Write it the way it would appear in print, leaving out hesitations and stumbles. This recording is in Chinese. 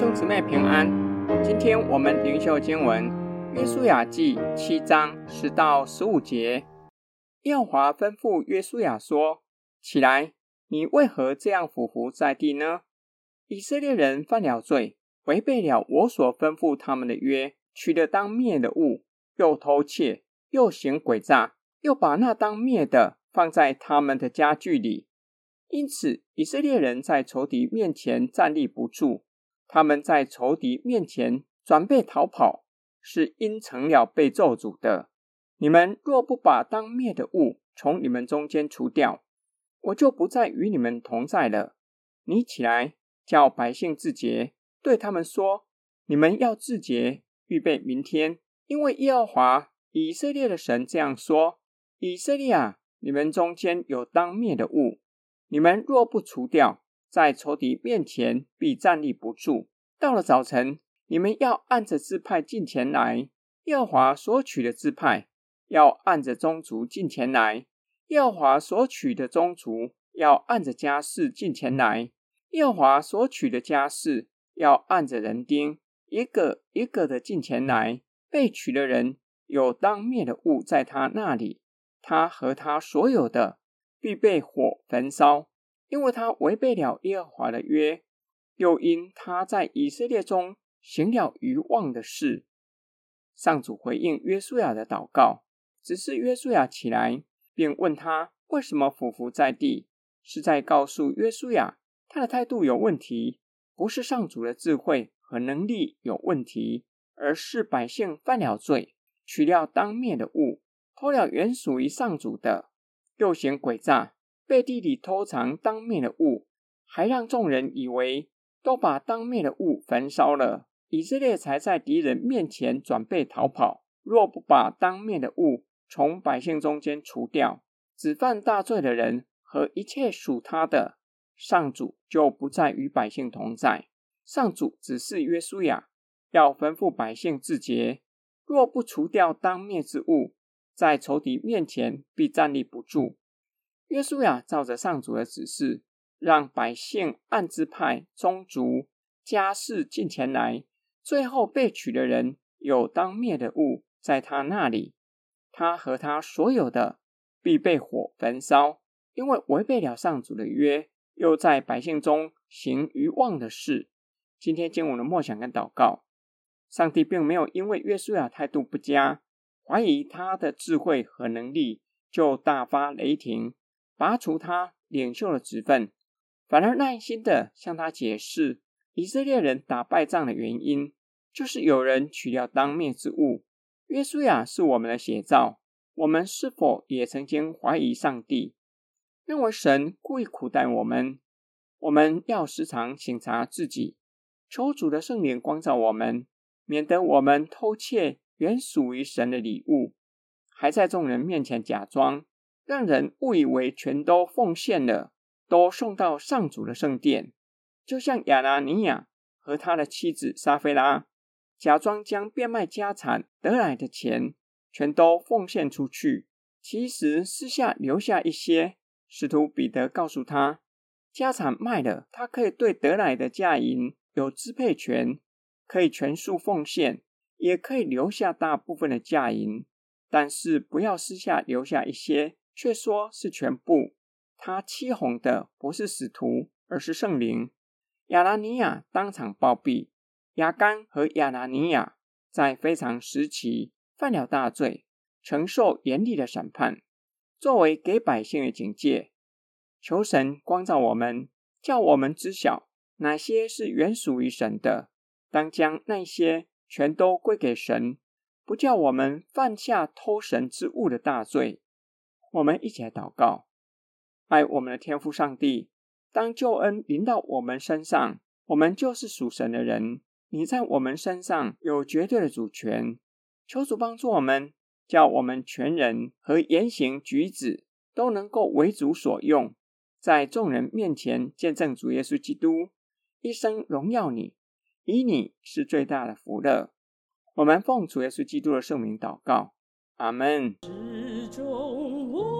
兄姊妹平安。今天我们灵修经文约书亚记7章10到15节。耶和华吩咐约书亚说：起来，你为何这样俯伏在地呢？以色列人犯了罪，违背了我所吩咐他们的约，取了当灭的物，又偷窃，又行诡诈，又把那当灭的放在他们的家具里。因此以色列人在仇敌面前站立不住，他们在仇敌面前转背逃跑，是因成了被咒诅的。你们若不把当灭的物从你们中间除掉，我就不再与你们同在了。你起来，叫百姓自洁，对他们说：你们要自洁，预备明天，因为耶和华以色列的神这样说：以色列啊，你们中间有当灭的物，你们若不除掉，在仇敌面前必站立不住。到了早晨，你们要按着支派进前来，耶和华所取的支派要按着宗族进前来，耶和华所取的宗族要按着家室进前来，耶和华所取的家室要按着人丁，一个一个的进前来。被取的人有当灭的物在他那里，他和他所有的必被火焚烧，因为他违背了耶和华的约，又因他在以色列中行了愚妄的事。上主回应约书亚的祷告，只是约书亚起来，便问他为什么俯伏在地，是在告诉约书亚他的态度有问题，不是上主的智慧和能力有问题，而是百姓犯了罪，取了当灭的物，偷了原属于上主的，又行诡诈，背地里偷藏当灭的物，还让众人以为都把当灭的物焚烧了，以色列才在敌人面前转背逃跑。若不把当灭的物从百姓中间除掉，只犯大罪的人和一切属他的，上主就不再与百姓同在。上主指示约书亚要吩咐百姓自洁，若不除掉当灭之物，在仇敌面前必站立不住。约书亚照着上主的指示，让百姓按支派、宗族、家室进前来，最后被取的人有当灭的物在他那里，他和他所有的必被火焚烧，因为违背了上主的约，又在百姓中行愚妄的事。今天经文的默想跟祷告，上帝并没有因为约书亚态度不佳，怀疑他的智慧和能力，就大发雷霆，拔除他领袖的职分，反而耐心的向他解释以色列人打败仗的原因，就是有人取了当灭之物。约书亚是我们的写照，我们是否也曾经怀疑上帝，认为神故意苦待我们？我们要时常省察自己，求主的圣灵光照我们，免得我们偷窃原属于神的礼物，还在众人面前假装，让人误以为全都奉献了，都送到上主的圣殿。就像亚拿尼亚和他的妻子撒非拉，假装将变卖家产得来的钱全都奉献出去，其实私下留下一些。使徒彼得告诉他，家产卖了，他可以对得来的价银有支配权，可以全数奉献，也可以留下大部分的价银，但是不要私下留下一些，却说是全部。他欺哄的不是使徒，而是圣灵。亚拿尼亚当场暴毙，亚干和亚拿尼亚在非常时期犯了大罪，承受严厉的审判，作为给百姓的警戒。求神光照我们，叫我们知晓哪些是原属于神的，当将那些全都归给神，不叫我们犯下偷神之物的大罪。我们一起来祷告。爱我们的天父上帝，当救恩临到我们身上，我们就是属神的人，你在我们身上有绝对的主权。求主帮助我们，叫我们全人和言行举止都能够为主所用，在众人面前见证主耶稣基督，一生荣耀你，以你是最大的福乐。我们奉主耶稣基督的圣名祷告，阿们。